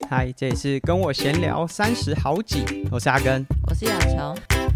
嗨，这里是跟我闲聊30好几，我是阿根， 我是亚乔。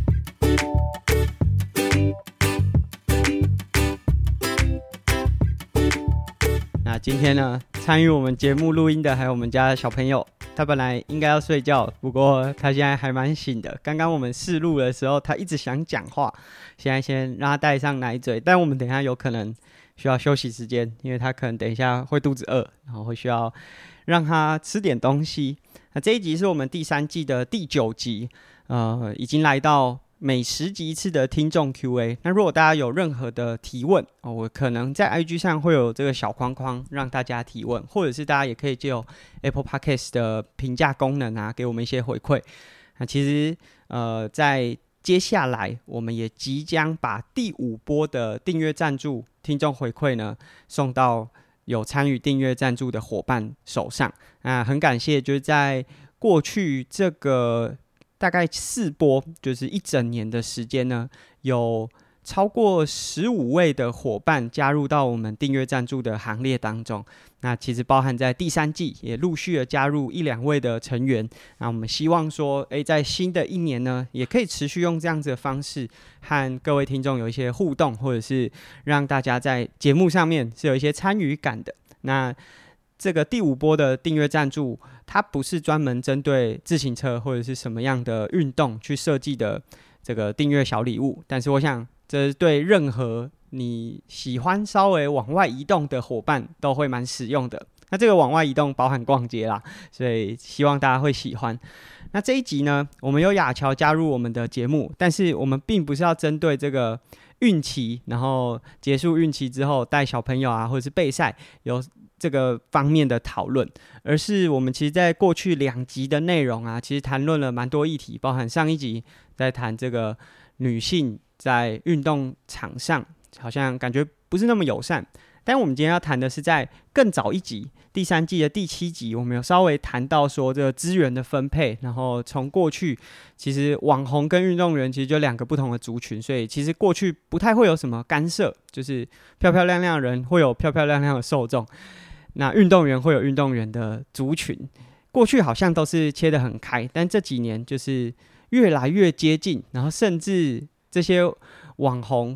那今天呢，参与我们节目录音的还有我们家的小朋友，他本来应该要睡觉，不过他现在还蛮醒的。刚刚我们试录的时候，他一直想讲话，现在先让他戴上奶嘴，但我们等一下有可能需要休息时间，因为他可能等一下会肚子饿，然后会需要让他吃点东西。那这一集是我们第3季的第9集，已经来到每10集一次的听众 Q&A。 那如果大家有任何的提问，我可能在 IG 上会有这个小框框让大家提问，或者是大家也可以借由 Apple Podcast 的评价功能啊，给我们一些回馈。那其实在接下来我们也即将把第5波的订阅赞助听众回馈呢送到有参与订阅赞助的伙伴手上。很感谢就是在过去这个大概4波，就是1整年的时间呢，有超过15位的伙伴加入到我们订阅赞助的行列当中。那其实包含在第3季也陆续的加入1-2位的成员。那我们希望说在新的一年呢，也可以持续用这样子的方式和各位听众有一些互动，或者是让大家在节目上面是有一些参与感的。那这个第5波的订阅赞助，它不是专门针对自行车或者是什么样的运动去设计的这个订阅小礼物，但是我想这对任何你喜欢稍微往外移动的伙伴都会蛮实用的。那这个往外移动包含逛街啦，所以希望大家会喜欢。那这一集呢，我们有亚乔加入我们的节目，但是我们并不是要针对这个孕期，然后结束孕期之后带小朋友啊，或者是备赛有这个方面的讨论，而是我们其实在过去2集的内容啊，其实谈论了蛮多议题，包含上一集在谈这个女性在运动场上好像感觉不是那么友善，但我们今天要谈的是在更早一集第3季的第7集，我们有稍微谈到说这个资源的分配，然后从过去其实网红跟运动员其实就2个不同的族群，所以其实过去不太会有什么干涉，就是漂漂亮亮的人会有漂漂亮亮的受众，那运动员会有运动员的族群，过去好像都是切得很开，但这几年就是越来越接近，然后甚至这些网红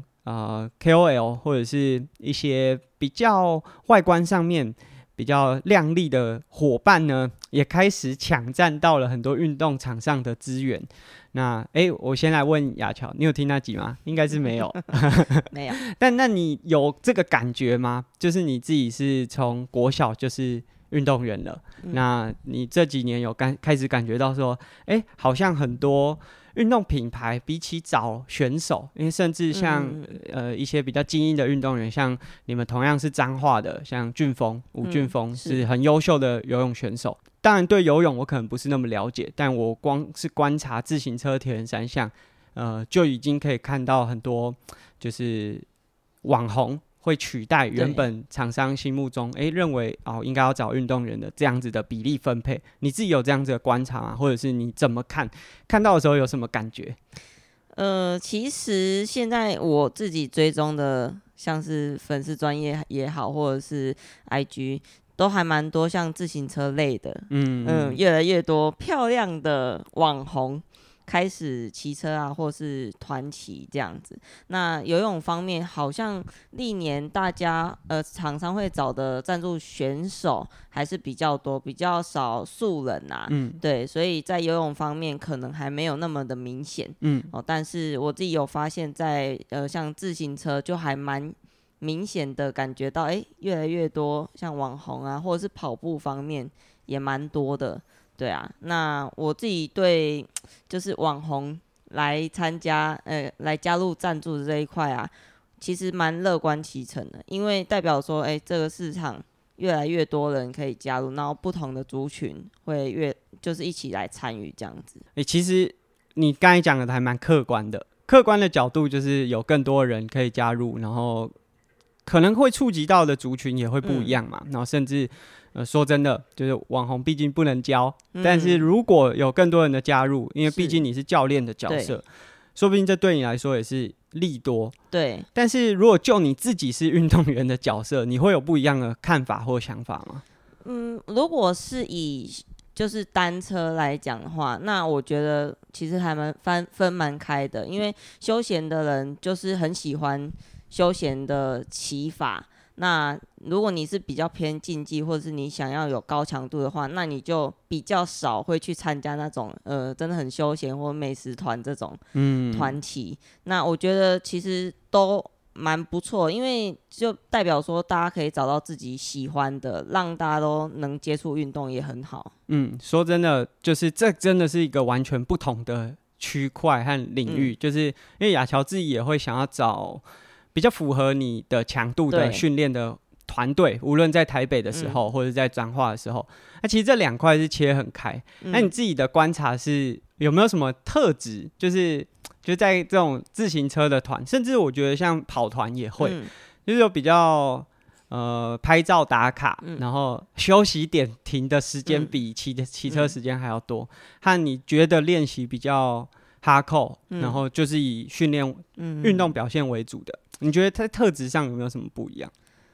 KOL 或者是一些比较外观上面比较亮丽的伙伴呢，也开始抢占到了很多运动场上的资源。那我先来问亚乔，你有听那集吗？应该是没有。 没有。 但那你有这个感觉吗？就是你自己是从国小就是运动员了，那你这几年有开始感觉到说好像很多运动品牌比起找选手，因为甚至像一些比较精英的运动员，像你们同样是彰化的，像吴俊峰是很优秀的游泳选手。当然对游泳我可能不是那么了解，但我光是观察自行车、铁人三项就已经可以看到很多就是网红会取代原本厂商心目中认为应该要找运动员的这样子的比例分配。你自己有这样子的观察吗？或者是你怎么看到的时候有什么感觉？ 其实现在我自己追踪的像是粉丝专页也好，或者是 IG 都还蛮多像自行车类的，越来越多漂亮的网红开始骑车啊，或是团骑这样子。那游泳方面，好像历年大家厂商会找的赞助选手还是比较多，比较少素人啊。对，所以在游泳方面可能还没有那么的明显。但是我自己有发现在像自行车就还蛮明显的感觉到，越来越多像网红啊，或者是跑步方面也蛮多的。对啊，那我自己对就是网红来参加来加入赞助的这一块啊，其实蛮乐观其成的，因为代表说这个市场越来越多人可以加入，然后不同的族群会就是一起来参与这样子。 其实你刚才讲的还蛮客观的角度，就是有更多人可以加入，然后可能会触及到的族群也会不一样嘛，然后甚至说真的，就是网红毕竟不能教，但是如果有更多人的加入，因为毕竟你是教练的角色，说不定这对你来说也是利多。 对， 但是如果就你自己是运动员的角色，你会有不一样的看法或想法吗？ 如果是以就是单车来讲的话，那我觉得其实还分蛮开的，因为休闲的人就是很喜欢休闲的骑法。那如果你是比较偏竞技，或者是你想要有高强度的话，那你就比较少会去参加那种真的很休闲或美食团这种团体。那我觉得其实都蛮不错，因为就代表说大家可以找到自己喜欢的，让大家都能接触运动也很好。 说真的，就是这真的是一个完全不同的区块和领域，就是因为亚乔自己也会想要找比较符合你的强度的训练的团队，无论在台北的时候，或者在彰化的时候，那其实这两块是切很开。那你自己的观察是有没有什么特质，就是在这种自行车的团，甚至我觉得像跑团也会，就是有比较拍照打卡，然后休息点停的时间比骑车时间还要多，和你觉得练习比较哈扣，然后就是以训练运动表现为主的，你觉得在特质上有没有什么不一样？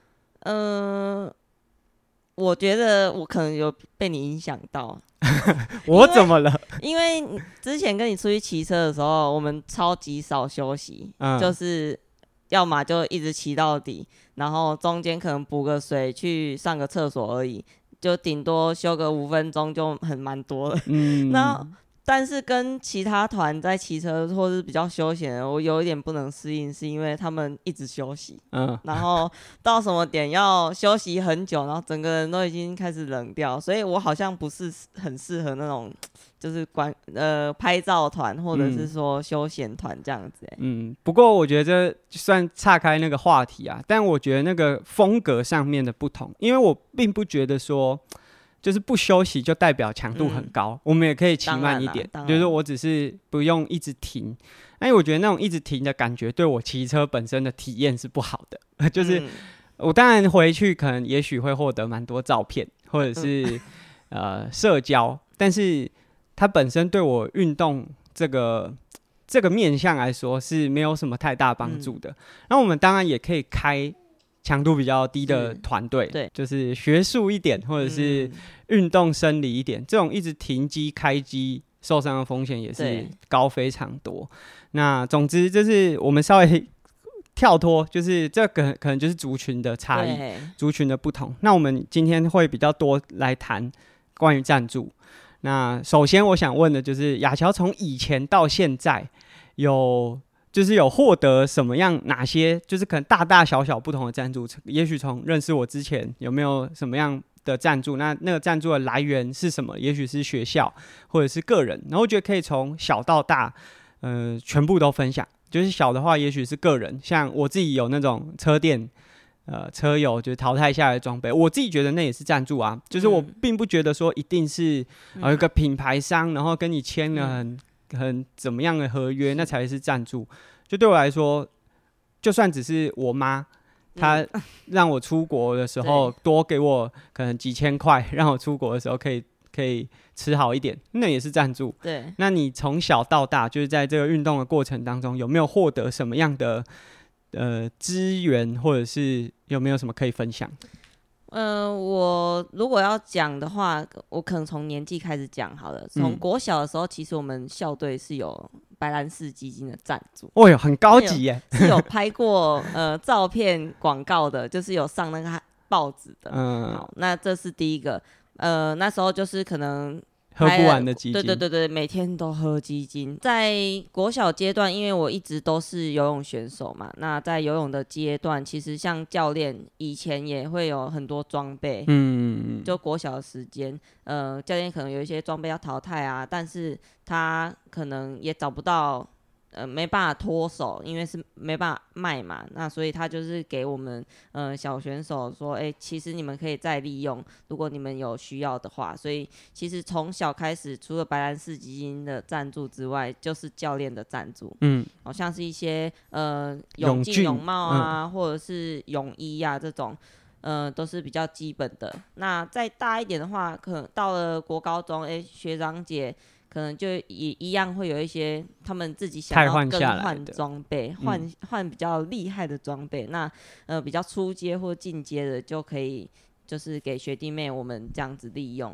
我觉得我可能有被你影响到。 我怎么了？ 因为之前跟你出去骑车的时候，我们超级少休息，就是要么就一直骑到底，然后中间可能补个水去上个厕所而已，就顶多休个5分钟就蛮多了。那但是跟其他团在骑车或是比较休闲的，我有一点不能适应，是因为他们一直休息，然后到什么点要休息很久，然后整个人都已经开始冷掉，所以我好像不是很适合那种就是拍照团或者是说休闲团这样子。 不过我觉得这算岔开那个话题啊，但我觉得那个风格上面的不同，因为我并不觉得说就是不休息就代表强度很高，我们也可以骑慢一点，就是我只是不用一直停。因为我觉得那种一直停的感觉对我骑车本身的体验是不好的，就是我当然回去可能也许会获得蛮多照片或者是社交，但是它本身对我运动这个面向来说是没有什么太大帮助的。那我们当然也可以开强度比较低的团队，对，就是学术一点，或者是运动生理一点，这种一直停机开机受伤的风险也是高非常多。那总之就是我们稍微跳脱，就是这可能就是族群的差异，族群的不同。那我们今天会比较多来谈关于赞助。那首先我想问的就是亚乔从以前到现在有获得什么样哪些就是可能大大小小不同的赞助，也许从认识我之前有没有什么样的赞助，那个赞助的来源是什么，也许是学校或者是个人，然后我觉得可以从小到大全部都分享。就是小的话也许是个人，像我自己有那种车店车友就是淘汰下来的装备，我自己觉得那也是赞助啊，就是我并不觉得说一定是有一个品牌商然后跟你签了很怎么样的合约那才是赞助。就对我来说，就算只是我妈她让我出国的时候多给我可能几千块，让我出国的时候可以吃好一点，那也是赞助。对，那你从小到大就是在这个运动的过程当中有没有获得什么样的资源，或者是有没有什么可以分享？ 我如果要讲的话，我可能从年纪开始讲好了。从国小的时候，其实我们校队是有白兰氏基金的赞助。哦哟， 很高级耶！ 是有拍过照片广告的，就是有上那个报纸的。好，那这是第一个。那时候就是可能喝不完的基金， 对，每天都喝基金。在国小阶段，因为我一直都是游泳选手嘛，那在游泳的阶段，其实像教练以前也会有很多装备，就国小的时间，教练可能有一些装备要淘汰啊，但是他可能也找不到。没办法脱手，因为是没办法卖嘛，那所以他就是给我们小选手说，其实你们可以再利用，如果你们有需要的话。所以其实从小开始，除了白兰氏基金的赞助之外，就是教练的赞助，好像是一些泳镜、泳帽啊，或者是泳衣啊这种。都是比较基本的。那再大一点的话，可能到了国高中，学长姐可能就也一样会有一些他们自己想要更换装备，换比较厉害的装备。那比较初阶或进阶的就可以就是给学弟妹我们这样子利用。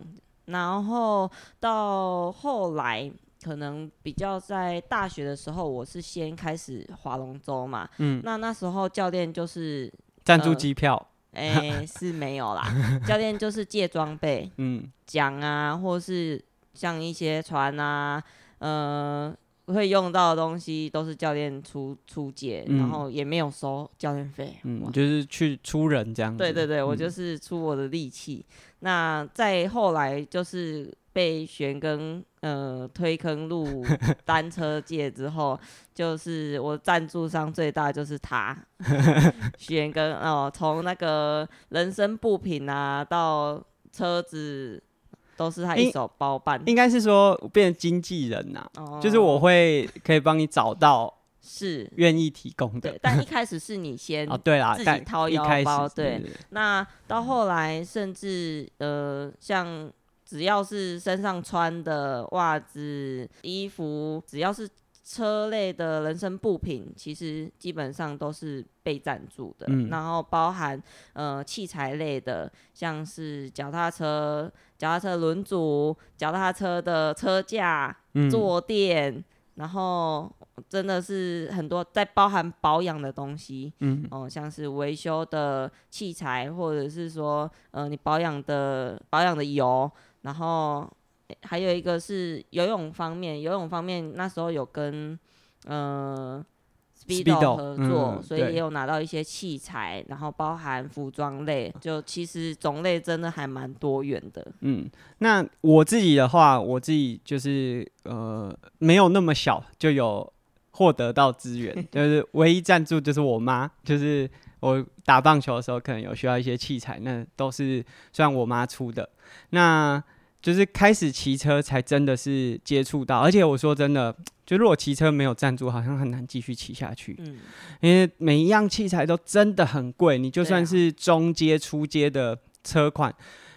然后到后来可能比较在大学的时候，我是先开始划龙舟嘛，那时候教练就是赞助机票。 是没有啦，教练就是借装备，桨啊，或是像一些船啊，会用到的东西都是教练出借，然后也没有收教练费， 就是去出人这样子。 对对对，我就是出我的力气。那再后来就是被玄庚推坑入单车界之后，就是我赞助商最大就是他玄庚从那个人身部品啊到车子都是他一手包办。 应该是说变成经纪人啊，就是我可以帮你找到是愿意提供的。 对，但一开始是你先对啦， 自己掏腰包，对。那到后来甚至像只要是身上穿的袜子、衣服，只要是车类的人身部品，其实基本上都是被赞助的。然后包含器材类的，像是脚踏车轮组、脚踏车的车架、坐垫，然后真的是很多在包含保养的东西，像是维修的器材，或者是说你保养的油，然后还有一个是游泳方面那时候有跟Speedo 合作，所以也有拿到一些器材，然后包含服装类，就其实种类真的还蛮多元的。 那我自己的话，我自己就是没有那么小就有获得到资源，就是唯一赞助就是我妈，就是我打棒球的时候可能有需要一些器材，那都是算我妈出的。那就是开始骑车才真的是接触到，而且我说真的，就如果骑车没有赞助，好像很难继续骑下去。因为每一样器材都真的很贵，你就算是中阶、初阶的车款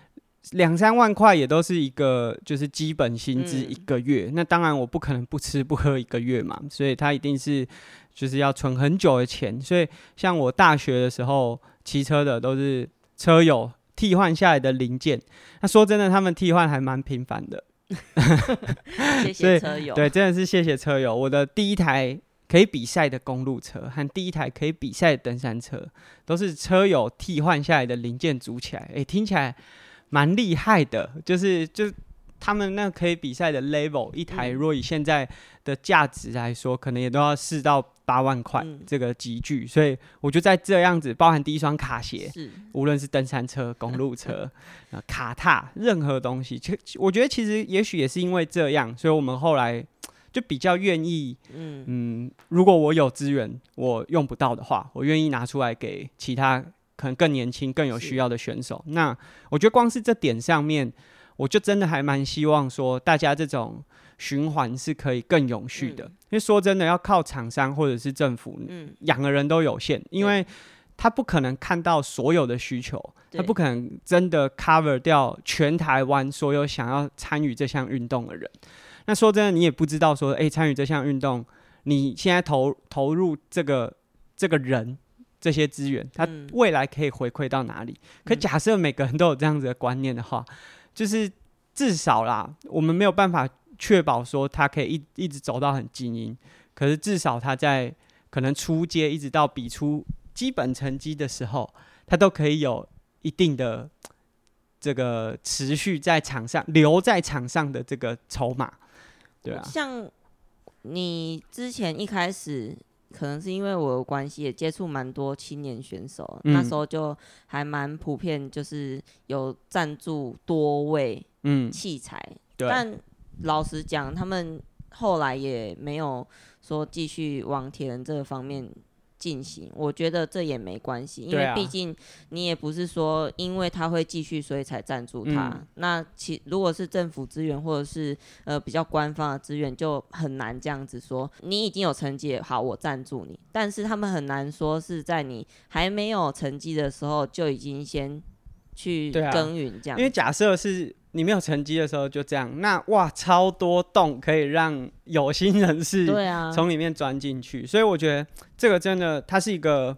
，2-3万块也都是一个就是基本薪资一个月。那当然我不可能不吃不喝一个月嘛，所以他一定是就是要存很久的钱。所以像我大学的时候骑车的都是车友替换下来的零件，那说真的，他们替换还蛮频繁的。 谢谢车友， 对，真的是谢谢车友。我的第一台可以比赛的公路车和第一台可以比赛的登山车，都是车友替换下来的零件组起来，听起来蛮厉害的。就是他们那可以比赛的 level 一台，若以现在的价值来说，可能也都要4到8万块这个级距，所以我就在这样子，包含第一双卡鞋，无论是登山车、公路车、卡踏，任何东西，我觉得其实也许也是因为这样，所以我们后来就比较愿意，如果我有资源我用不到的话，我愿意拿出来给其他可能更年轻、更有需要的选手。那我觉得光是这点上面，我就真的还蛮希望说，大家这种循环是可以更永续的。因为说真的，要靠厂商或者是政府养的人都有限，因为他不可能看到所有的需求，他不可能真的 cover 掉全台湾所有想要参与这项运动的人。那说真的，你也不知道说，参与这项运动，你现在投入这个人这些资源，他未来可以回馈到哪里？可假设每个人都有这样子的观念的话，就是至少啦，我们没有办法确保说他可以一直走到很精英，可是至少他在可能初阶一直到比出基本成绩的时候，他都可以有一定的这个持续在场上留在场上的这个筹码，对啊。 像你之前一开始可能是因为我有关系，也接触蛮多青年选手，那时候就还蛮普遍，就是有赞助多位器材，但老实讲，他们后来也没有说继续往铁人这个方面进行，我觉得这也没关系，因为毕竟你也不是说因为他会继续所以才赞助他。那如果是政府资源或者是比较官方的资源，就很难这样子说你已经有成绩，好，我赞助你。但是他们很难说是在你还没有成绩的时候就已经先去耕耘这样。 因为假设是你没有成绩的时候就这样，那哇，超多洞可以让有心人士从里面钻进去，所以我觉得这个真的它是一个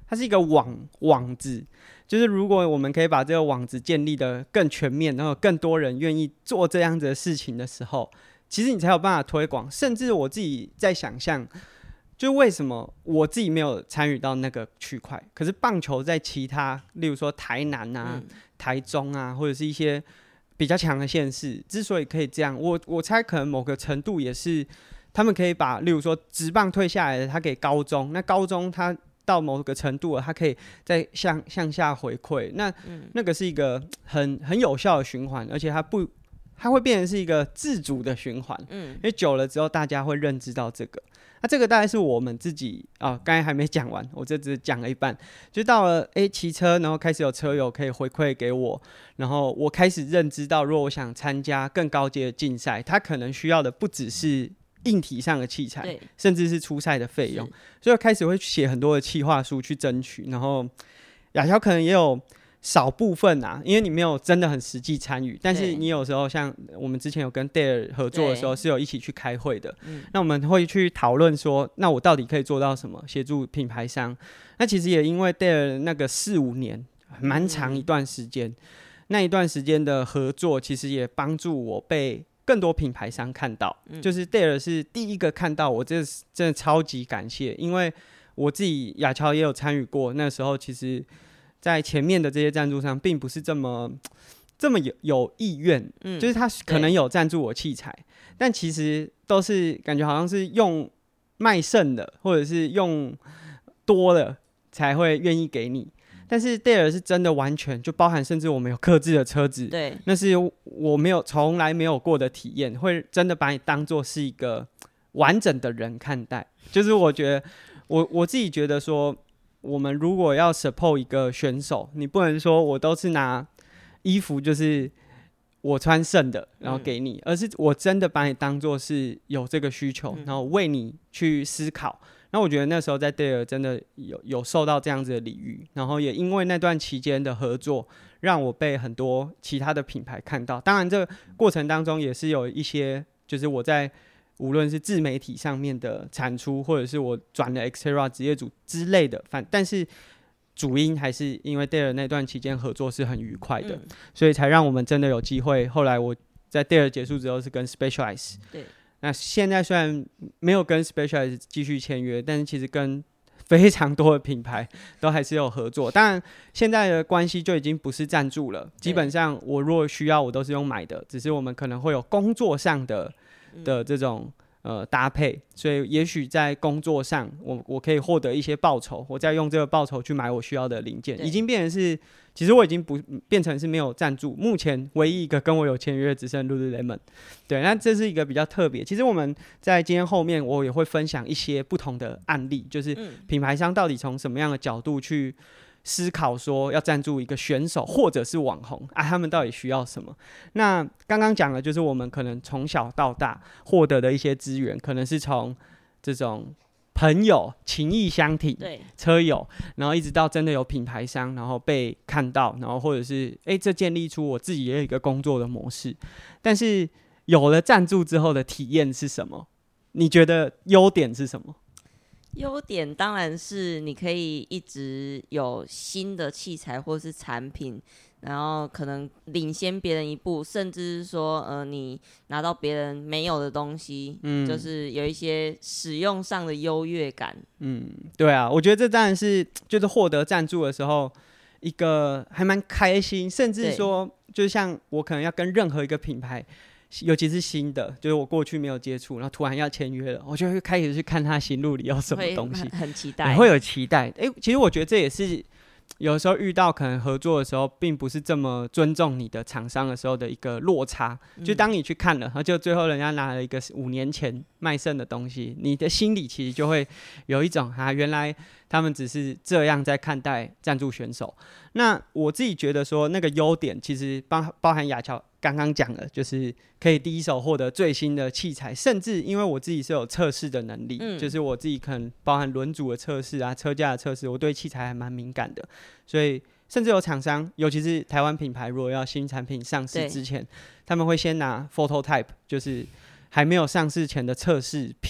它是一个网子，就是如果我们可以把这个网子建立的更全面，然后更多人愿意做这样子的事情的时候，其实你才有办法推广。甚至我自己在想象，就为什么我自己没有参与到那个区块，可是棒球在其他，例如说台南啊、台中啊，或者是一些比较强的县市，之所以可以这样，我猜可能某个程度也是他们可以把，例如说职棒退下来的，他给高中，那高中他到某个程度了，他可以再向下回馈，那个是一个很有效的循环，而且它会变成是一个自主的循环，因为久了之后大家会认知到这个。那这个大概是我们自己刚才还没讲完，我这只讲了一半，就到了骑车，然后开始有车友可以回馈给我，然后我开始认知到，如果我想参加更高阶的竞赛，它可能需要的不只是硬体上的器材，甚至是出赛的费用，所以我开始会写很多的企划书去争取，然后亚乔可能也有少部分啊，因为你没有真的很实际参与，但是你有时候像我们之前有跟 Dare 合作的时候是有一起去开会的，那我们会去讨论说，那我到底可以做到什么，协助品牌商。那其实也因为 Dare 那个4-5年蛮长一段时间，那一段时间的合作其实也帮助我被更多品牌商看到，就是 Dare 是第一个看到我，这真的超级感谢，因为我自己亚乔也有参与过，那时候其实在前面的这些赞助商并不是这么有意愿，就是他可能有赞助我器材，但其实都是感觉好像是用卖剩的或者是用多了才会愿意给你，但是 Dare 是真的完全就包含，甚至我们有客制的车子， 对， 那是我从来没有过的体验，会真的把你当作是一个完整的人看待。就是我觉得我自己觉得说，我们如果要 support 一个选手，你不能说我都是拿衣服就是我穿剩的然后给你，而是我真的把你当作是有这个需求，然后为你去思考。那我觉得那时候在 Dare 真的有受到这样子的礼遇，然后也因为那段期间的合作，让我被很多其他的品牌看到。当然这个过程当中也是有一些，就是我在无论是自媒体上面的产出，或者是我转了 Xterra 职业组之类的，但是主因还是因为 Dare 那段期间合作是很愉快的，所以才让我们真的有机会。后来我在 Dare 结束之后是跟 Specialized， 对，那现在虽然没有跟 Specialized 继续签约，但是其实跟非常多的品牌都还是有合作。当然现在的关系就已经不是赞助了，基本上我如果需要我都是用买的，只是我们可能会有工作上的这种搭配，所以也许在工作上我可以获得一些报酬，我再用这个报酬去买我需要的零件，已经变成是，其实我已经不变成是没有赞助，目前唯一一个跟我有签约只剩 Lululemon。 对，那这是一个比较特别。其实我们在今天后面我也会分享一些不同的案例，就是品牌商到底从什么样的角度去思考说要赞助一个选手或者是网红啊，他们到底需要什么。那刚刚讲的就是我们可能从小到大获得的一些资源，可能是从这种朋友情义相挺，车友，然后一直到真的有品牌商，然后被看到，然后或者是这建立出我自己也有一个工作的模式。但是有了赞助之后的体验是什么？你觉得优点是什么？ 优点当然是你可以一直有新的器材或是产品，然后可能领先别人一步，甚至是说你拿到别人没有的东西，就是有一些使用上的优越感。 对啊，我觉得这当然是就是获得赞助的时候一个还蛮开心，甚至说就像我可能要跟任何一个品牌，尤其是新的，就是我过去没有接触，然后突然要签约了，我就会开始去看他行路里有什么东西， 很期待， 会有期待。其实我觉得这也是有时候遇到可能合作的时候并不是这么尊重你的厂商的时候的一个落差，就当你去看了，然后就最后人家拿了一个5年前卖剩的东西，你的心里其实就会有一种原来他们只是这样在看待赞助选手。那我自己觉得说那个优点其实包含亚乔刚刚讲的，就是可以第一手获得最新的器材，甚至因为我自己是有测试的能力，就是我自己可能包含轮组的测试啊、车架的测试，我对器材还蛮敏感的，所以甚至有厂商，尤其是台湾品牌，如果要新产品上市之前，他们会先拿 Phototype， 就是还没有上市前的测试品，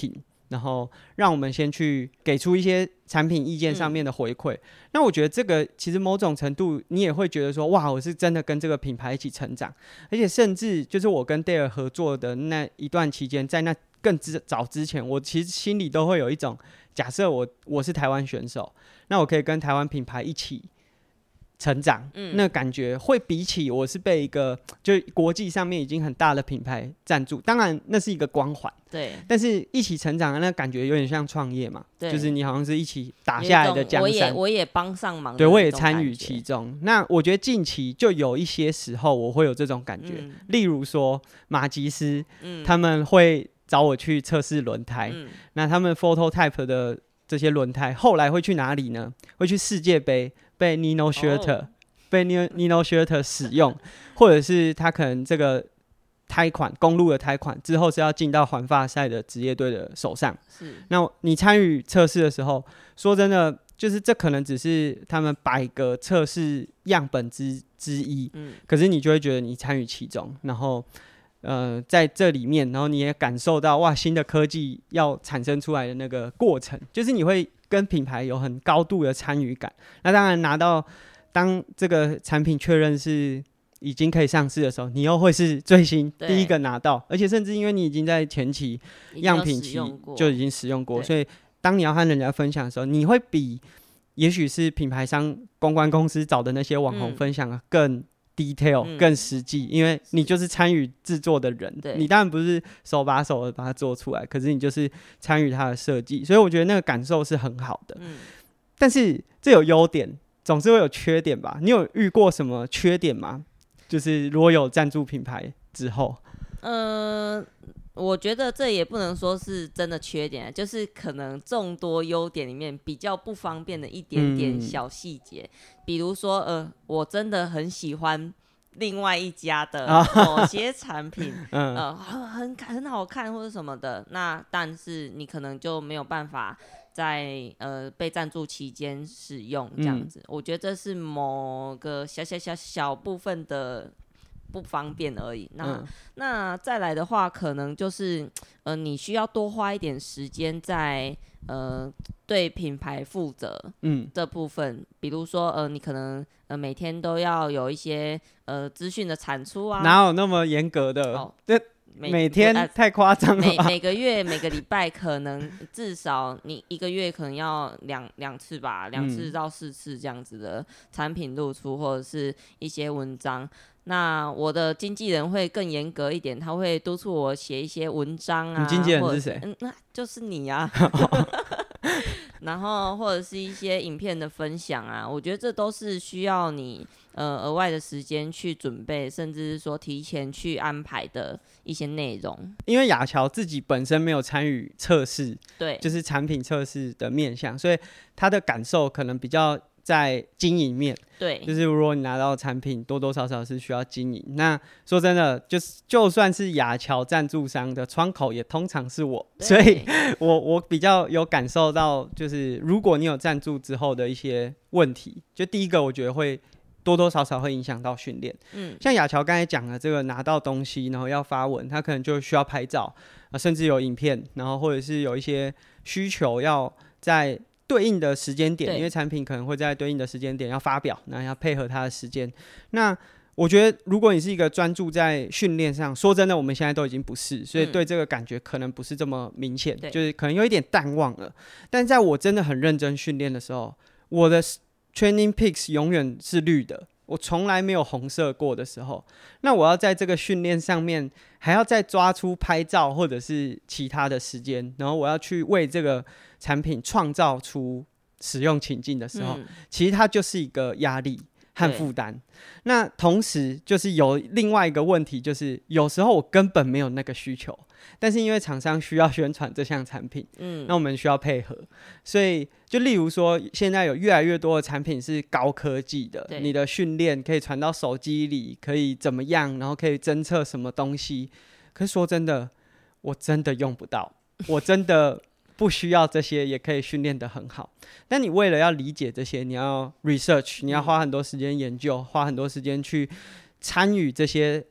然后让我们先去给出一些产品意见上面的回馈。那我觉得这个其实某种程度你也会觉得说，哇，我是真的跟这个品牌一起成长，而且甚至就是我跟 Dare 合作的那一段期间，在那更早之前，我其实心里都会有一种，假设我是台湾选手，那我可以跟台湾品牌一起成长，那感觉会比起我是被一个就国际上面已经很大的品牌赞助，当然那是一个光环， 对， 但是一起成长的那感觉有点像创业嘛，就是你好像是一起打下来的江山， 我也帮上忙， 对，我也参与其中。那我觉得近期就有一些时候我会有这种感觉，例如说马吉斯，他们会找我去测试轮胎，那他们 Phototype 的这些轮胎后来会去哪里呢？会去世界杯被 Nino Schurter、被 Nino Schurter 使用，或者是他可能这个胎款公路的胎款之后是要进到环法赛的职业队的手上。那你参与测试的时候，说真的，就是这可能只是他们100个测试样本之一，可是你就会觉得你参与其中，然后在这里面，然后你也感受到哇，新的科技要产生出来的那个过程，就是你会跟品牌有很高度的参与感。那当然当这个产品确认是已经可以上市的时候，你又会是最新第一个拿到，而且甚至因为你已经在前期样品期就已经使用过，所以当你要和人家分享的时候，你会比也许是品牌商公关公司找的那些网红分享的更detail、更实际，因为你就是参与制作的人，你当然不是手把手的把它做出来，可是你就是参与它的设计，所以我觉得那个感受是很好的。但是这有优点，总是会有缺点吧？你有遇过什么缺点吗？就是如果有赞助品牌之后， 我觉得这也不能说是真的缺点，就是可能众多优点里面比较不方便的一点点小细节，比如说我真的很喜欢另外一家的某些产品，很好看或者什么的，那但是你可能就没有办法在被赞助期间使用这样子，我觉得这是某个小部分的不方便而已。那再来的话，可能就是你需要多花一点时间在对品牌负责这部分，比如说你可能每天都要有一些资讯的产出啊， 哪有那么严格的？每天太夸张了吧？ 每个月每个礼拜可能至少你1个月可能要两次吧，2次到4次这样子的产品露出或者是一些文章。那我的经纪人会更严格一点，他会督促我写一些文章啊。 你经纪人是谁？ 那就是你啊。然后或者是一些影片的分享啊，我觉得这都是需要你额外的时间去准备，甚至是说提前去安排的一些内容。 因为亚乔自己本身没有参与测试， 对， 就是产品测试的面向，所以他的感受可能比较在经营面， 对， 就是如果你拿到产品，多多少少是需要经营。那说真的，就算是亚乔赞助商的窗口，也通常是我，所以我比较有感受到，就是如果你有赞助之后的一些问题，就第一个我觉得会多多少少会影响到训练。像亚乔刚才讲的这个拿到东西，然后要发文，他可能就需要拍照，甚至有影片，然后或者是有一些需求要在对应的时间点，因为产品可能会在对应的时间点要发表，然后要配合它的时间。那我觉得如果你是一个专注在训练上，说真的我们现在都已经不是，所以对这个感觉可能不是这么明显，就是可能有一点淡忘了。但在我真的很认真训练的时候，我的 Training Peaks 永远是绿的，我从来没有红色过的时候，那我要在这个训练上面还要再抓出拍照或者是其他的时间，然后我要去为这个产品创造出使用情境的时候，其实它就是一个压力和负担。那同时就是有另外一个问题，就是有时候我根本没有那个需求，但是因为厂商需要宣传这项产品，那我们需要配合，所以就例如说现在有越来越多的产品是高科技的，你的训练可以传到手机里，可以怎么样，然后可以侦测什么东西，可是说真的我真的用不到，我真的不需要这些也可以训练得很好。但你为了要理解这些，你要 research， 你要花很多时间研究，花很多时间去参与这些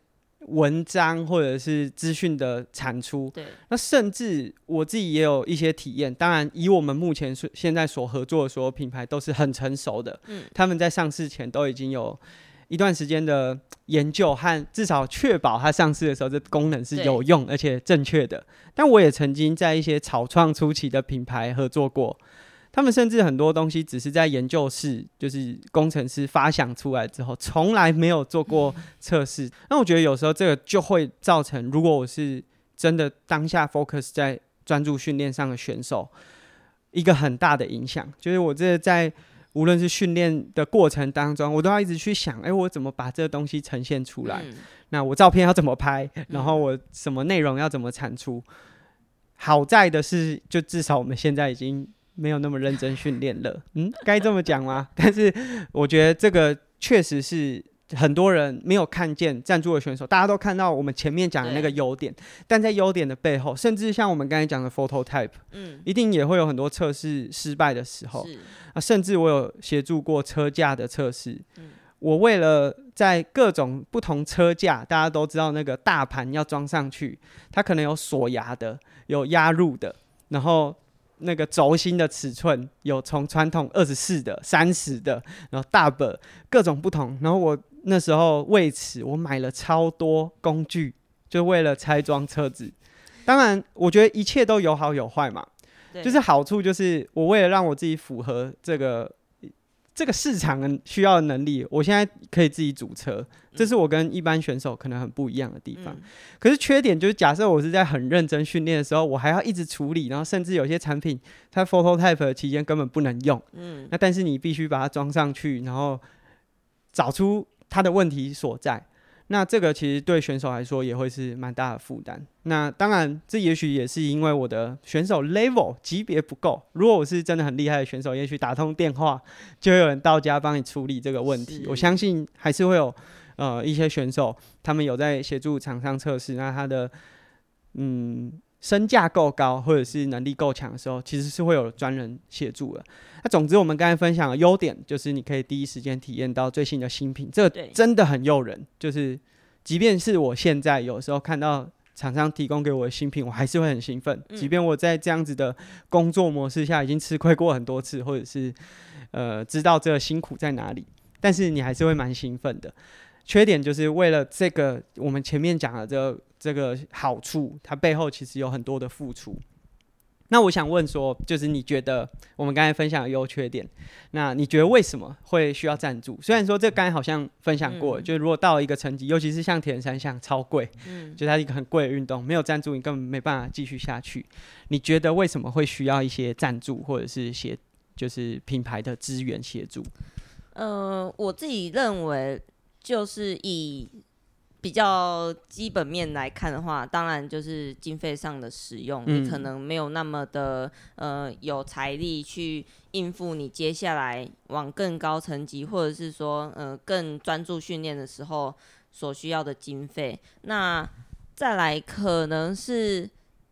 文章或者是资讯的产出。 对， 那甚至我自己也有一些体验。当然，以我们目前现在所合作的所有品牌都是很成熟的，他们在上市前都已经有一段时间的研究和至少确保它上市的时候这功能是有用而且正确的。但我也曾经在一些草创初期的品牌合作过，他们甚至很多东西只是在研究室，就是工程师发想出来之后，从来没有做过测试。那我觉得有时候这个就会造成，如果我是真的当下 focus 在专注训练上的选手，一个很大的影响，就是我这在无论是训练的过程当中，我都要一直去想，我怎么把这个东西呈现出来？那我照片要怎么拍？然后我什么内容要怎么产出？好在的是，就至少我们现在已经没有那么认真训练了。该这么讲吗？但是我觉得这个确实是很多人没有看见赞助的选手，大家都看到我们前面讲的那个优点，但在优点的背后，甚至像我们刚才讲的 phototype，一定也会有很多测试失败的时候。甚至我有协助过车架的测试。我为了在各种不同车架，大家都知道那个大盘要装上去，它可能有锁牙的，有压入的，然后那个轴心的尺寸有从传统24的、30的，然后大本各种不同。然后我那时候为此我买了超多工具，就为了拆装车子。当然，我觉得一切都有好有坏嘛。就是好处就是我为了让我自己符合这个市场需要的能力，我现在可以自己组车，这是我跟一般选手可能很不一样的地方。可是缺点就是，假设我是在很认真训练的时候，我还要一直处理，然后甚至有些产品它 phototype 的期间根本不能用。那但是你必须把它装上去，然后找出它的问题所在。那这个其实对选手来说也会是蛮大的负担。那当然，这也许也是因为我的选手 level 级别不够。如果我是真的很厉害的选手，也许打通电话就会有人到家帮你处理这个问题。我相信还是会有一些选手，他们有在协助厂商测试，那他的身价够高或者是能力够强的时候，其实是会有专人协助的。那总之我们刚才分享的优点就是你可以第一时间体验到最新的新品，这个真的很诱人。就是即便是我现在有时候看到厂商提供给我的新品，我还是会很兴奋。即便我在这样子的工作模式下已经吃亏过很多次，或者是知道这个辛苦在哪里，但是你还是会蛮兴奋的。缺点就是为了这个我们前面讲的这个好处，它背后其实有很多的付出。那我想问说，就是你觉得我们刚才分享的优缺点，那你觉得为什么会需要赞助？虽然说这刚才好像分享过了，就如果到了一个层级，尤其是像铁人三项超贵，就它是一个很贵的运动，没有赞助你根本没办法继续下去。你觉得为什么会需要一些赞助或者是就是品牌的资源协助？ 我自己认为就是以比较基本面来看的话，当然就是经费上的使用，你可能没有那么的有财力去应付你接下来往更高层级，或者是说更专注训练的时候所需要的经费。那再来可能是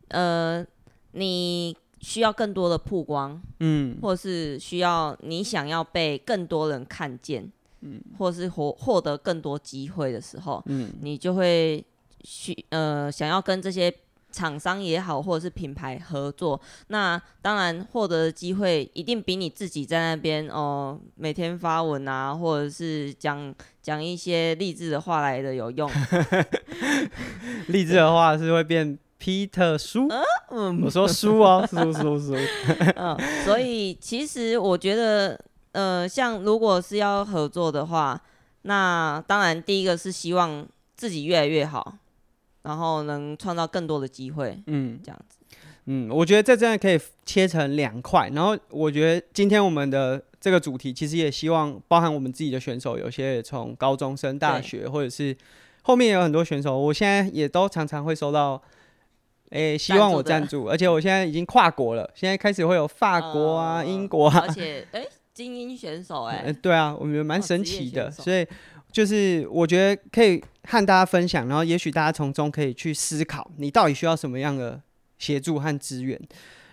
你需要更多的曝光，或是需要你想要被更多人看见。或是获得更多机会的时候，你就会想要跟这些厂商也好，或者是品牌合作。那当然获得的机会一定比你自己在那边每天发文啊，或者是讲一些励志的话来的有用。 励志的话是会变Peter 书，我说书哦，书。 所以其实我觉得。像如果是要合作的话，那当然第一个是希望自己越来越好，然后能创造更多的机会，这样子。 我觉得这真的可以切成2块。然后我觉得今天我们的这个主题，其实也希望包含我们自己的选手，有些从高中升大学，或者是后面有很多选手，我现在也都常常会收到。希望我赞助，而且我现在已经跨国了，现在开始会有法国啊、英国啊， 而且精英选手对啊，我觉得蛮神奇的，所以就是我觉得可以和大家分享，然后也许大家从中可以去思考，你到底需要什么样的协助和资源。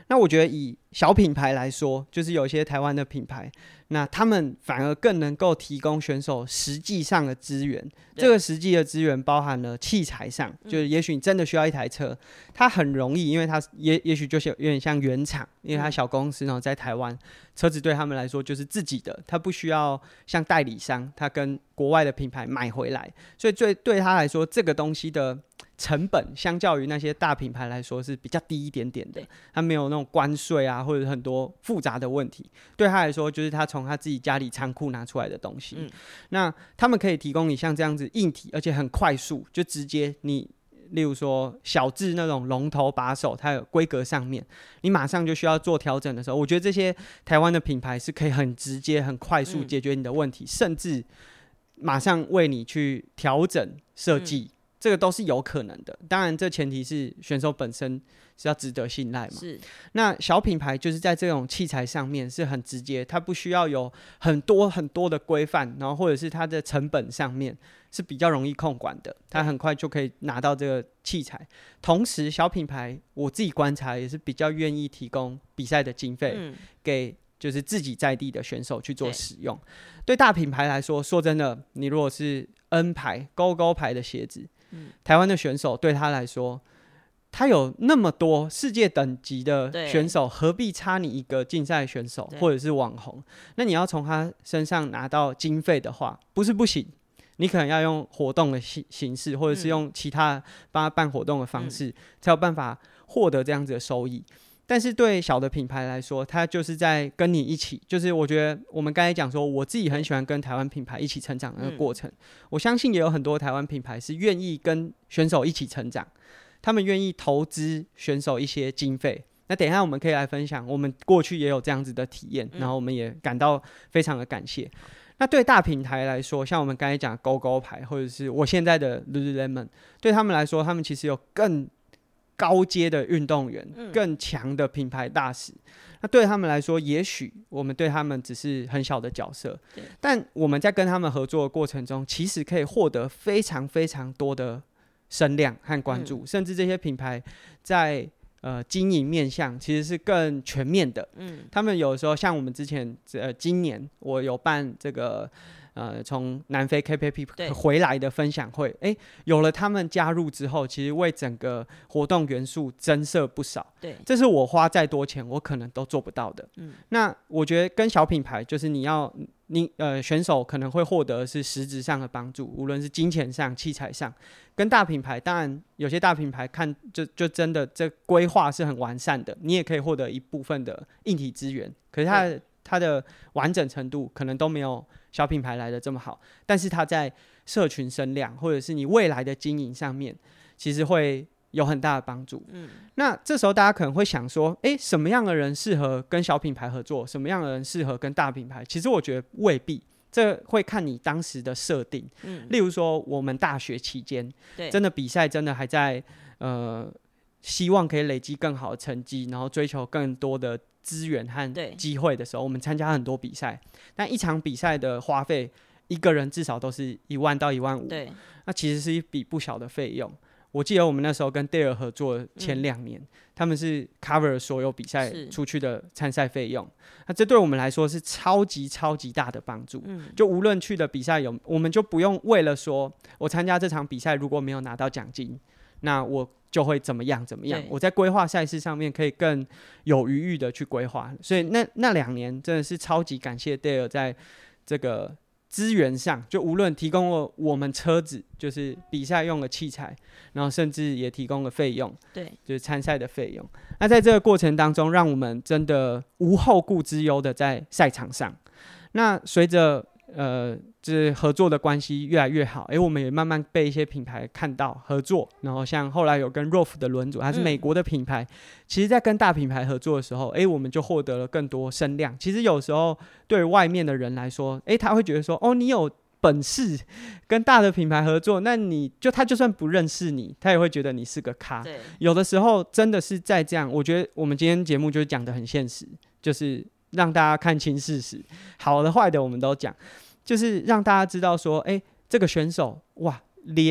那我觉得以小品牌来说，就是有一些台湾的品牌，那他们反而更能够提供选手实际上的资源。这个实际的资源包含了器材上，就是也许你真的需要一台车，它很容易，因为它也许就是有点像原厂，因为它小公司，然后在台湾，车子对他们来说就是自己的，它不需要像代理商，它跟国外的品牌买回来，所以对他来说，这个东西的成本相较于那些大品牌来说是比较低一点点的，它没有那种关税啊，或者很多复杂的问题。对他来说，就是他从他自己家里仓库拿出来的东西。那他们可以提供你像这样子硬体，而且很快速，就直接你。例如说小至那种龙头把手，它有规格上面，你马上就需要做调整的时候，我觉得这些台湾的品牌是可以很直接、很快速解决你的问题，甚至马上为你去调整设计。这个都是有可能的，当然这前提是选手本身是要值得信赖嘛。 是。 那小品牌就是在这种器材上面是很直接，它不需要有很多很多的规范，然后或者是它的成本上面是比较容易控管的，它很快就可以拿到这个器材。同时，小品牌我自己观察也是比较愿意提供比赛的经费给就是自己在地的选手去做使用。对大品牌来说，说真的，你如果是 N 牌、GoGo 牌的鞋子，台湾的选手对他来说，他有那么多世界等级的选手，何必差你一个竞赛选手或者是网红？那你要从他身上拿到经费的话，不是不行，你可能要用活动的形式，或者是用其他帮他办活动的方式，才有办法获得这样子的收益。但是对小的品牌来说，它就是在跟你一起，就是我觉得我们刚才讲说，我自己很喜欢跟台湾品牌一起成长的那个过程。我相信也有很多台湾品牌是愿意跟选手一起成长，他们愿意投资选手一些经费。那等一下我们可以来分享，我们过去也有这样子的体验，然后我们也感到非常的感谢。那对大品牌来说，像我们刚才讲GoGo牌，或者是我现在的 Lululemon， 对他们来说，他们其实有更高阶的运动员，更强的品牌大使。那对他们来说，也许我们对他们只是很小的角色，但我们在跟他们合作的过程中，其实可以获得非常非常多的声量和关注，甚至这些品牌在经营面向其实是更全面的。他们有时候像我们之前今年我有办这个从南非 KPP 回来的分享会，有了他们加入之后，其实为整个活动元素增色不少。对，这是我花再多钱我可能都做不到的。那我觉得跟小品牌就是选手可能会获得的是实质上的帮助，无论是金钱上、器材上。跟大品牌，当然有些大品牌看就真的这规划是很完善的，你也可以获得一部分的硬体资源，可是它的完整程度可能都没有小品牌来的这么好，但是它在社群声量或者是你未来的经营上面，其实会有很大的帮助。那这时候大家可能会想说，什么样的人适合跟小品牌合作，什么样的人适合跟大品牌？其实我觉得未必，这会看你当时的设定。例如说我们大学期间，真的比赛真的还在希望可以累积更好的成绩，然后追求更多的资源和机会的时候，我们参加很多比赛，但一场比赛的花费，一个人至少都是1万到1万5，那其实是一笔不小的费用。我记得我们那时候跟 Dare 合作前2年，他们是 cover 所有比赛出去的参赛费用，那这对我们来说是超级超级大的帮助。就无论去的比赛我们就不用为了说我参加这场比赛如果没有拿到奖金，那我就会怎么样，我在规划赛事上面可以更有余裕的去规划。所以那2年真的是超级感谢 Dare 在这个资源上，就无论提供了我们车子，就是比赛用的器材，然后甚至也提供了费用，就是参赛的费用。那在这个过程当中，让我们真的无后顾之忧的在赛场上。那随着就是合作的关系越来越好，我们也慢慢被一些品牌看到合作，然后像后来有跟 Rolf 的轮组，它是美国的品牌，其实在跟大品牌合作的时候，我们就获得了更多声量。其实有时候对外面的人来说，他会觉得说，你有本事跟大的品牌合作，那他就算不认识你，他也会觉得你是个咖。有的时候真的是在这样，我觉得我们今天节目就讲得很现实，就是让大家看清事实，好的坏的我们都讲，就是让大家知道说，这个选手哇，连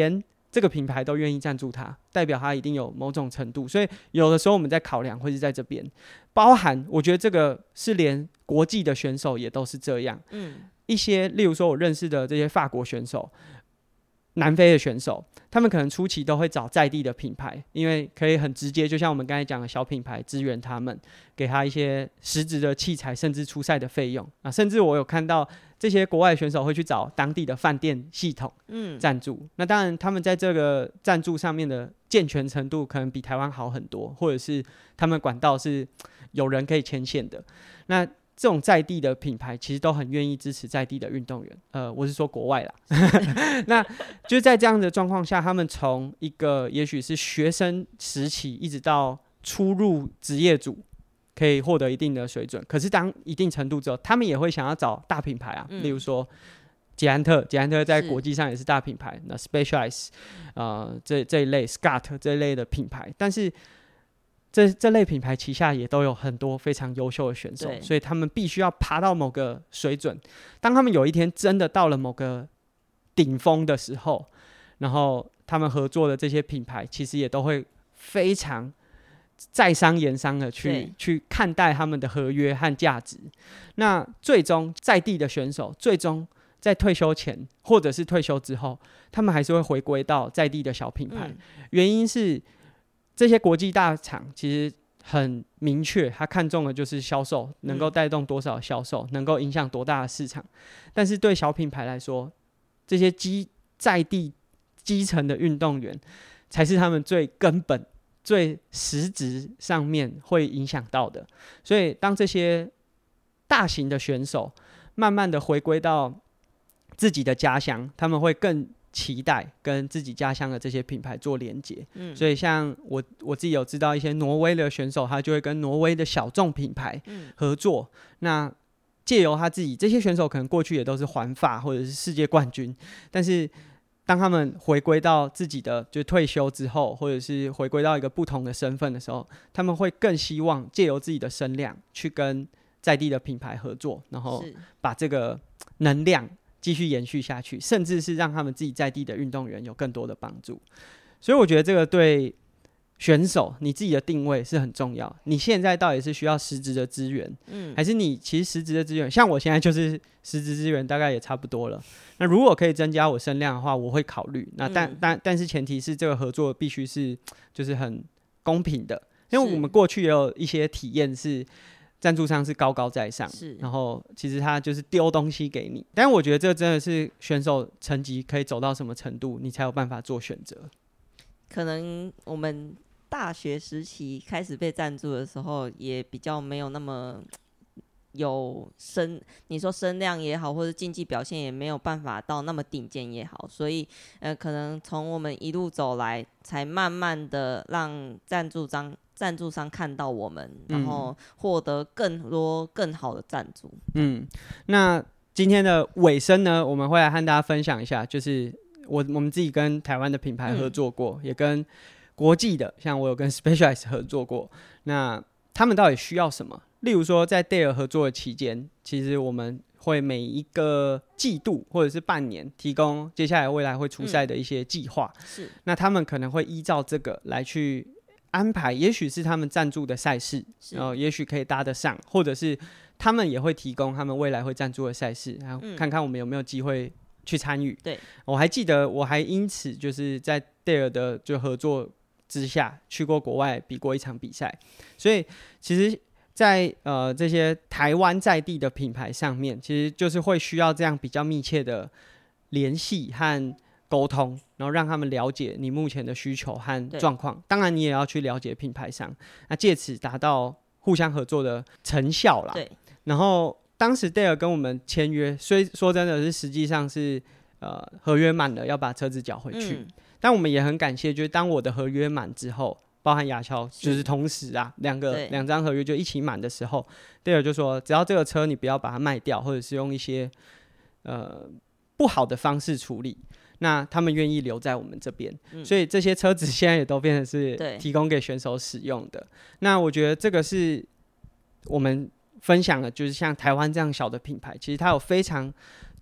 这个品牌都愿意赞助他，代表他一定有某种程度。所以有的时候我们在考量会是在这边，包含我觉得这个是连国际的选手也都是这样。一些例如说我认识的这些法国选手、南非的选手，他们可能初期都会找在地的品牌，因为可以很直接，就像我们刚才讲的小品牌支援他们，给他一些实质的器材，甚至出赛的费用啊。甚至我有看到这些国外选手会去找当地的饭店系统赞助。那当然，他们在这个赞助上面的健全程度可能比台湾好很多，或者是他们管道是有人可以牵线的。那这种在地的品牌其实都很愿意支持在地的运动员，我是说国外啦。那就在这样的状况下，他们从一个也许是学生时期一直到出入职业组，可以获得一定的水准。可是当一定程度之后，他们也会想要找大品牌啊，例如说捷安特在国际上也是大品牌，那 Specialized 这一类 Scott 这一类的品牌，但是这类品牌旗下也都有很多非常优秀的选手，所以他们必须要爬到某个水准。当他们有一天真的到了某个顶峰的时候，然后他们合作的这些品牌其实也都会非常在商言商的去看待他们的合约和价值。那最终在地的选手最终在退休前或者是退休之后，他们还是会回归到在地的小品牌。原因是这些国际大厂其实很明确，他看中的就是销售，能够带动多少销售，能够影响多大的市场。但是对小品牌来说，这些在地基层的运动员才是他们最根本、最实质上面会影响到的。所以当这些大型的选手慢慢的回归到自己的家乡，他们会更期待跟自己家乡的这些品牌做连结。所以像我自己有知道一些挪威的选手，他就会跟挪威的小众品牌合作。那借由他自己，这些选手可能过去也都是环法或者是世界冠军，但是当他们回归到自己的就退休之后，或者是回归到一个不同的身份的时候，他们会更希望借由自己的声量去跟在地的品牌合作，然后把这个能量继续延续下去，甚至是让他们自己在地的运动员有更多的帮助。所以我觉得这个对选手你自己的定位是很重要。你现在到底是需要实质的资源，还是你其实实质的资源，像我现在就是实质资源大概也差不多了。那如果可以增加我声量的话，我会考虑。那但是前提是这个合作必须是就是很公平的，因为我们过去也有一些体验是赞助商是高高在上，然后其实他就是丢东西给你。但我觉得这真的是选手层级可以走到什么程度，你才有办法做选择。 可能我们大学时期开始被赞助的时候，也比较没有那么有你说声量也好，或者竞技表现也没有办法到那么顶尖也好，所以可能从我们一路走来，才慢慢的让赞助商看到我们，然后获得更多更好的赞助。 那今天的尾声呢，我们会来和大家分享一下，就是我们自己跟台湾的品牌合作过，也跟国际的，像我有跟 Specialized 合作过。那他们到底需要什么？例如说，在 Dare 合作的期间，其实我们会每一个季度或者是半年提供接下来未来会出赛的一些计划。那他们可能会依照这个来去安排，也许是他们赞助的赛事，然后也许可以搭得上，或者是他们也会提供他们未来会赞助的赛事，然后看看我们有没有机会去参与。 对， 我还记得我还因此就是在 Dare 的就合作之下去过国外比过一场比赛。所以其实在这些台湾在地的品牌上面，其实就是会需要这样比较密切的联系和沟通，然后让他们了解你目前的需求和状况。当然你也要去了解品牌商，那借此达到互相合作的成效啦。 对， 然后当时 Dare 跟我们签约，所以说真的是实际上是合约满了要把车子缴回去。但我们也很感谢，就是当我的合约满之后，包含亚乔就是同时啊，两张合约就一起满的时候， Dare 就说只要这个车你不要把它卖掉，或者是用一些不好的方式处理，那他们愿意留在我们这边。所以这些车子现在也都变成是提供给选手使用的。那我觉得这个是我们分享的，就是像台湾这样小的品牌，其实它有非常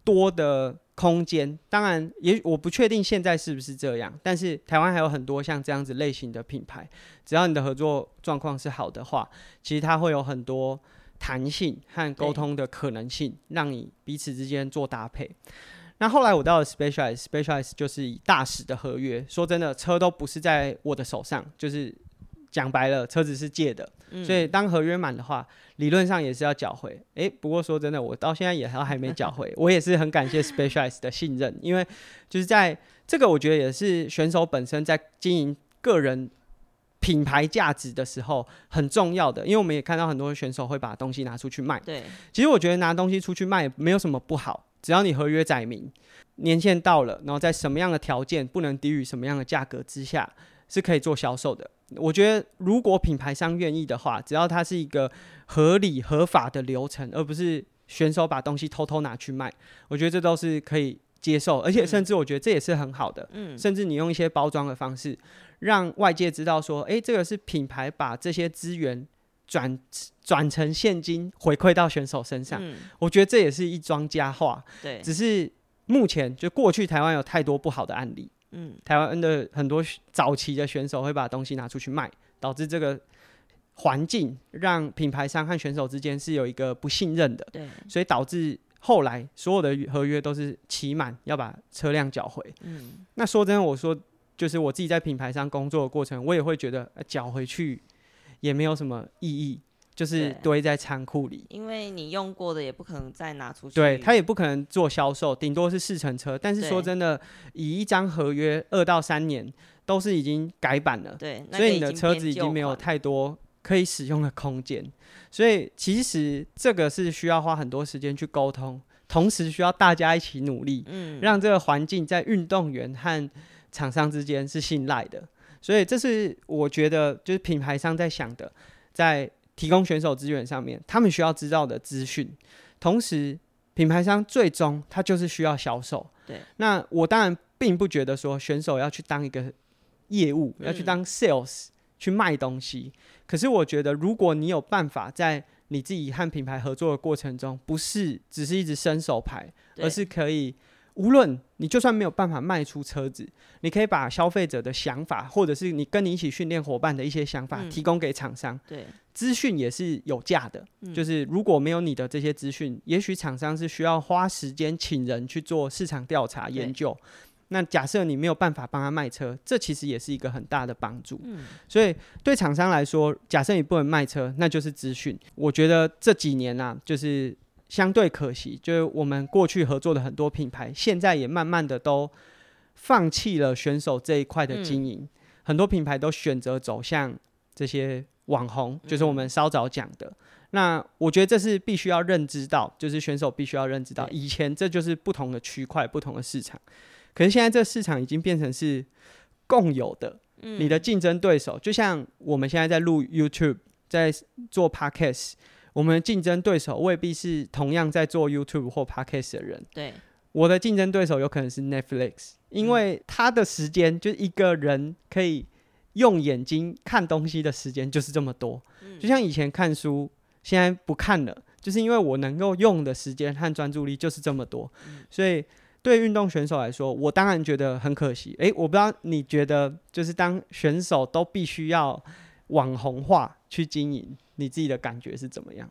多的空间。当然我不确定现在是不是这样，但是台湾还有很多像这样子类型的品牌，只要你的合作状况是好的话，其实它会有很多弹性和沟通的可能性，让你彼此之间做搭配。那后来我到了 Specialized 就是以大使的合约，说真的，车都不是在我的手上，就是讲白了，车子是借的，所以当合约满的话，理论上也是要缴回。不过说真的，我到现在也还没缴回，我也是很感谢 Specialized 的信任，因为就是在这个我觉得也是选手本身在经营个人品牌价值的时候很重要的，因为我们也看到很多选手会把东西拿出去卖。 对， 其实我觉得拿东西出去卖没有什么不好，只要你合约载明，年限到了，然后在什么样的条件不能低于什么样的价格之下，是可以做销售的。我觉得如果品牌商愿意的话，只要它是一个合理合法的流程，而不是选手把东西偷偷拿去卖，我觉得这都是可以接受，而且甚至我觉得这也是很好的。甚至你用一些包装的方式，让外界知道说，这个是品牌把这些资源转成现金回馈到选手身上。我觉得这也是一桩佳话。 对， 只是目前就过去台湾有太多不好的案例。台湾的很多早期的选手会把东西拿出去卖，导致这个环境让品牌商和选手之间是有一个不信任的。 对， 所以导致后来所有的合约都是期满要把车辆缴回。那说真的，我说就是我自己在品牌商工作的过程，我也会觉得缴回去也没有什么意义，就是堆在仓库里， 因为你用过的也不可能再拿出去， 对，他也不可能做销售，顶多是试乘车。但是说真的，以一张合约2到3年都是已经改版了， 对， 所以你的车子已经没有太多可以使用的空间。所以其实这个是需要花很多时间去沟通，同时需要大家一起努力，让这个环境在运动员和厂商之间是信赖的。所以这是我觉得就是品牌商在想的，在提供选手资源上面，他们需要知道的资讯。同时，品牌商最终他就是需要销售。 对， 那我当然并不觉得说选手要去当一个业务，要去当 sales 去卖东西。可是我觉得，如果你有办法在你自己和品牌合作的过程中，不是只是一直伸手牌，而是可以。无论你就算没有办法卖出车子，你可以把消费者的想法，或者是你跟你一起训练伙伴的一些想法提供给厂商。 对， 资讯也是有价的。就是如果没有你的这些资讯，也许厂商是需要花时间请人去做市场调查研究。那假设你没有办法帮他卖车，这其实也是一个很大的帮助。所以对厂商来说，假设你不能卖车，那就是资讯。我觉得这几年啊，就是相对可惜，就是我们过去合作的很多品牌，现在也慢慢的都放弃了选手这一块的经营。很多品牌都选择走向这些网红，就是我们稍早讲的。那我觉得这是必须要认知到，就是选手必须要认知到，以前这就是不同的区块、不同的市场，可是现在这市场已经变成是共有的。你的竞争对手，就像我们现在在录 YouTube， 在做 Podcast。我们的竞争对手未必是同样在做 YouTube 或 Podcast 的人。 对， 我的竞争对手有可能是 Netflix， 因为他的时间就一个人可以用眼睛看东西的时间就是这么多。就像以前看书，现在不看了，就是因为我能够用的时间和专注力就是这么多。所以对运动选手来说，我当然觉得很可惜。我不知道你觉得，就是当选手都必须要网红化去经营，你自己的感觉是怎么样？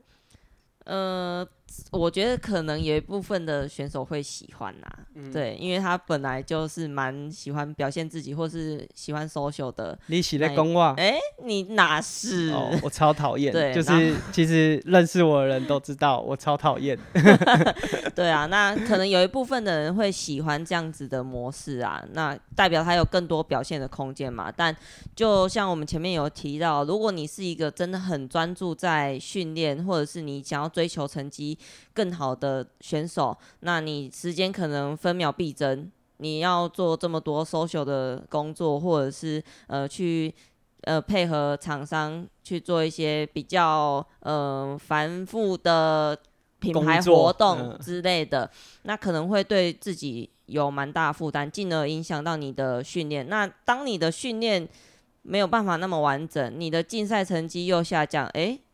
我觉得可能有一部分的选手会喜欢啦，对，因为他本来就是蛮喜欢表现自己，或是喜欢 social 的。 你是在讲我？ 你哪是？ 我超讨厌， 对， 就是其实认识我的人都知道我超讨厌。 对啊，那可能有一部分的人会喜欢这样子的模式啊，那代表他有更多表现的空间嘛。但就像我们前面有提到，如果你是一个真的很专注在训练，或者是你想要追求成绩更好的选手，那你时间可能分秒必争，你要做这么多 social 的工作，或者是去配合厂商去做一些比较繁复的品牌活动之类的，那可能会对自己有蛮大的负担，进而影响到你的训练。那当你的训练没有办法那么完整，你的竞赛成绩又下降，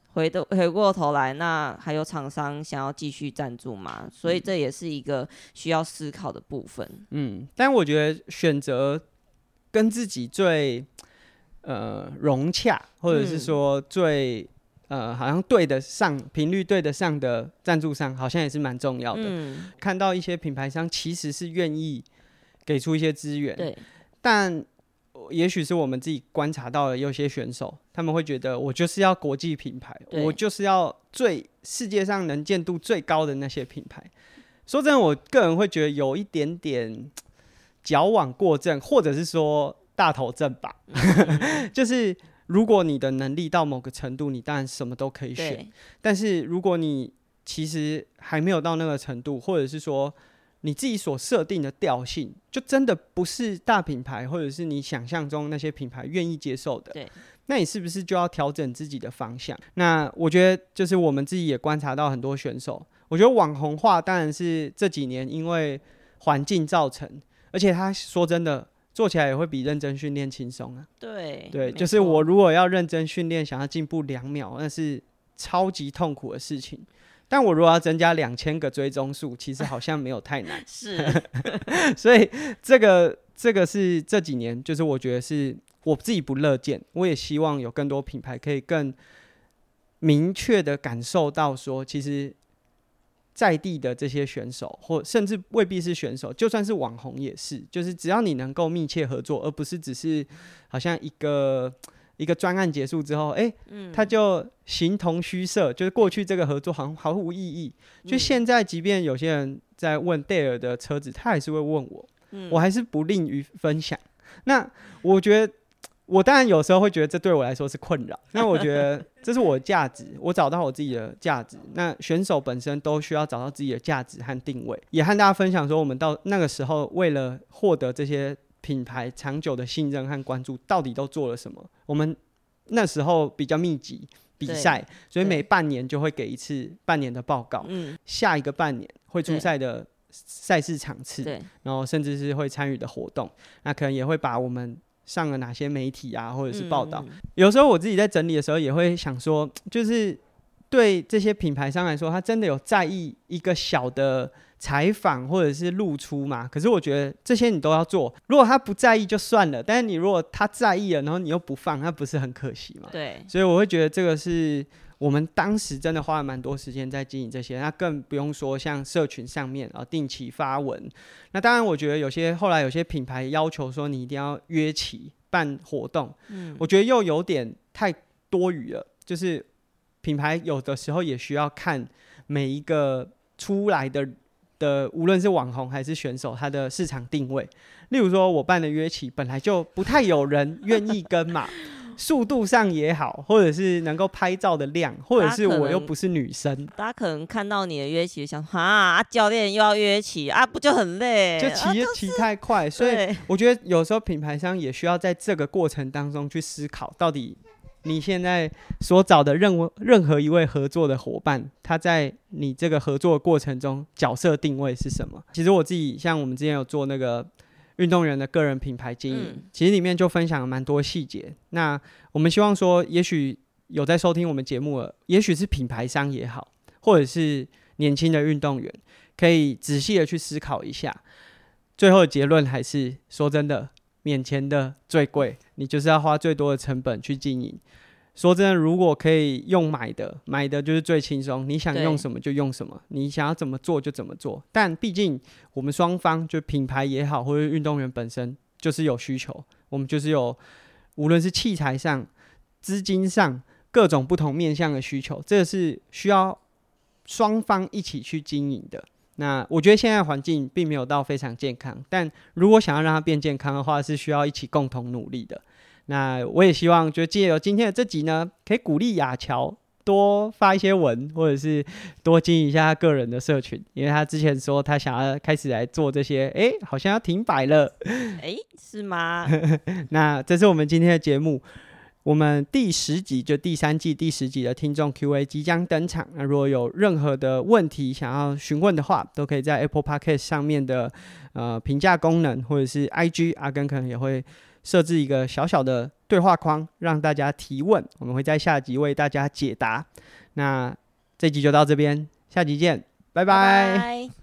回过头来，那还有厂商想要继续赞助吗？所以这也是一个需要思考的部分。 但我觉得选择跟自己最融洽，或者是说最好像对得上频率对得上的赞助商，好像也是蛮重要的。看到一些品牌商其实是愿意给出一些资源， 对， 但也许是我们自己观察到了有些选手，他们会觉得我就是要国际品牌，我就是要世界上能见度最高的那些品牌。说真的，我个人会觉得有一点点矫枉过正，或者是说大头症吧。就是如果你的能力到某个程度，你当然什么都可以选。但是如果你其实还没有到那个程度，或者是说你自己所设定的调性，就真的不是大品牌或者是你想象中那些品牌愿意接受的。那你是不是就要调整自己的方向？那我觉得就是我们自己也观察到很多选手，我觉得网红化当然是这几年因为环境造成，而且他说真的做起来也会比认真训练轻松啊。对，就是我如果要认真训练，想要进步2秒，那是超级痛苦的事情。但我如果要增加2000个追踪数，其实好像没有太难。 是， 所以这个是这几年，就是我觉得是我自己不乐见，我也希望有更多品牌可以更明确的感受到说，其实在地的这些选手，或甚至未必是选手，就算是网红也是，就是只要你能够密切合作，而不是只是好像一个专案结束之后，他就形同虚设，就是过去这个合作好像毫无意义。就现在，即便有些人在问戴尔的车子，他还是会问我，我还是不吝于分享。那我觉得，我当然有时候会觉得这对我来说是困扰。那我觉得这是我的价值，我找到我自己的价值。那选手本身都需要找到自己的价值和定位，也和大家分享说，我们到那个时候为了获得这些品牌长久的信任和关注，到底都做了什么？我们那时候比较密集比赛，所以每半年就会给一次半年的报告，下一个半年会出赛的赛事场次，然后甚至是会参与的活动，那可能也会把我们上了哪些媒体啊，或者是报道。有时候我自己在整理的时候，也会想说，就是对这些品牌商来说，他真的有在意一个小的采访或者是露出嘛？可是我觉得这些你都要做。如果他不在意就算了，但是你如果他在意了，然后你又不放，那不是很可惜吗？ 对， 所以我会觉得这个是我们当时真的花了蛮多时间在经营这些。那更不用说像社群上面定期发文。那当然，我觉得后来有些品牌要求说你一定要约期办活动，我觉得又有点太多余了。就是品牌有的时候也需要看每一个出来的无论是网红还是选手，他的市场定位。例如说我办的约期本来就不太有人愿意跟嘛，速度上也好，或者是能够拍照的量，或者是我又不是女生， 大家可能看到你的约期想教练又要约期不就很累， 就骑太快。所以我觉得有时候品牌商也需要在这个过程当中去思考，到底你现在所找的任何一位合作的伙伴，他在你这个合作的过程中角色定位是什么？其实我自己像我们之前有做那个运动员的个人品牌经营，其实里面就分享了蛮多细节。那我们希望说，也许有在收听我们节目了，也许是品牌商也好，或者是年轻的运动员，可以仔细的去思考一下。最后的结论还是说真的，免钱的最贵，你就是要花最多的成本去经营。说真的，如果可以用买的就是最轻松，你想用什么就用什么，你想要怎么做就怎么做。但毕竟我们双方就品牌也好，或者运动员本身就是有需求，我们就是有无论是器材上、资金上各种不同面向的需求，这个是需要双方一起去经营的。那我觉得现在环境并没有到非常健康，但如果想要让它变健康的话，是需要一起共同努力的。那我也希望就借由今天的这集呢，可以鼓励雅乔多发一些文，或者是多经营一下他个人的社群，因为他之前说他想要开始来做这些，好像要停摆了， 是吗？ 那这是我们今天的节目，我们第10集就第3季第10集的听众 Q&A 即将登场。那如果有任何的问题想要询问的话，都可以在 Apple Podcast 上面的评价功能，或者是 IG 阿根可能也会设置一个小小的对话框让大家提问，我们会在下集为大家解答。那这集就到这边，下集见，拜拜。 拜拜。